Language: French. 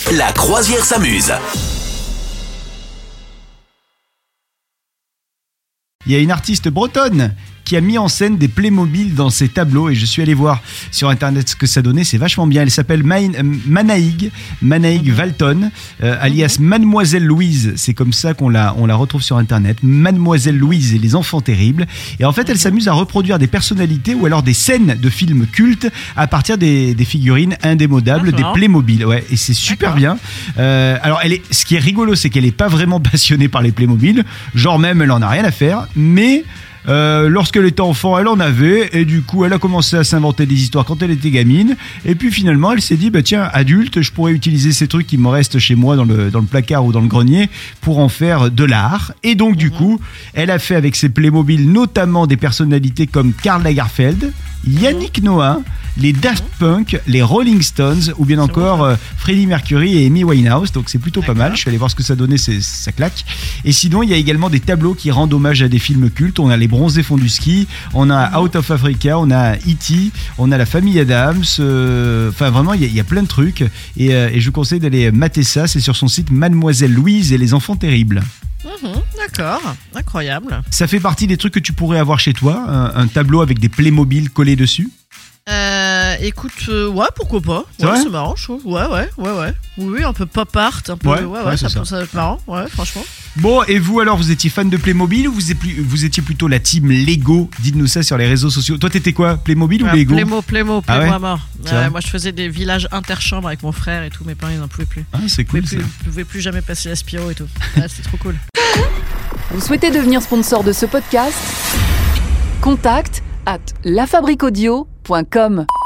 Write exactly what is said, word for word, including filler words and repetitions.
La croisière s'amuse. Il y a une artiste bretonne qui a mis en scène des Playmobil dans ses tableaux et je suis allé voir sur internet ce que ça donnait, c'est vachement bien. Elle s'appelle Main, euh, Manaïg, Manaïg Valton, euh, alias Mademoiselle Louise, c'est comme ça qu'on la, on la retrouve sur internet, Mademoiselle Louise et les enfants terribles. Et en fait elle s'amuse à reproduire des personnalités ou alors des scènes de films cultes à partir des, des figurines indémodables, D'accord. des Playmobil, ouais, et c'est super D'accord. bien. Euh, alors elle est, ce qui est rigolo c'est qu'elle est pas vraiment passionnée par les Playmobil, genre même elle en a rien à faire, mais Euh, lorsqu'elle était enfant, elle en avait et du coup, elle a commencé à s'inventer des histoires quand elle était gamine. Et puis finalement, elle s'est dit, bah tiens, adulte, je pourrais utiliser ces trucs qui me restent chez moi dans le dans le placard ou dans le grenier pour en faire de l'art. Et donc du coup, elle a fait avec ses Playmobil notamment des personnalités comme Karl Lagerfeld, Yannick Noah, les Daft Punk, les Rolling Stones ou bien encore euh, Freddie Mercury et Amy Winehouse. Donc c'est plutôt pas mal. Je suis allé voir ce que ça donnait, c'est, ça claque. Et sinon, il y a également des tableaux qui rendent hommage à des films cultes. On a les Bronzés font du ski, on a Out of Africa, on a E T, on a la famille Adams. Euh, enfin vraiment, il y, a, il y a plein de trucs. Et, euh, et je vous conseille d'aller mater ça. C'est sur son site Mademoiselle Louise et les enfants terribles. Mmh, d'accord, incroyable. Ça fait partie des trucs que tu pourrais avoir chez toi, un, un tableau avec des Playmobil collés dessus. Euh, écoute, euh, ouais, pourquoi pas. C'est Ouais, vrai c'est marrant, je trouve. Ouais, ouais, ouais, ouais. Oui, oui, un peu pop art, un peu. Ouais, Ouais, ouais, ouais, ça, c'est ça. peut, ça va être marrant. Ouais, franchement. Bon, et vous alors, vous étiez fan de Playmobil ou vous étiez, vous étiez plutôt la team Lego? Dites-nous ça sur les réseaux sociaux. Toi, t'étais quoi, Playmobil ou Ouais, Lego? Playmo, Playmo, Ah Playmo ouais à mort. C'est vrai Ouais, moi, je faisais des villages interchambres avec mon frère et tout. Mes parents, ils n'en pouvaient plus. Ah, c'est Ils pouvaient cool ça. plus, ils pouvaient plus jamais passer la Spiro et tout. Ouais, c'est trop cool. Vous souhaitez devenir sponsor de ce podcast ? Contact à la fabrique audio point com.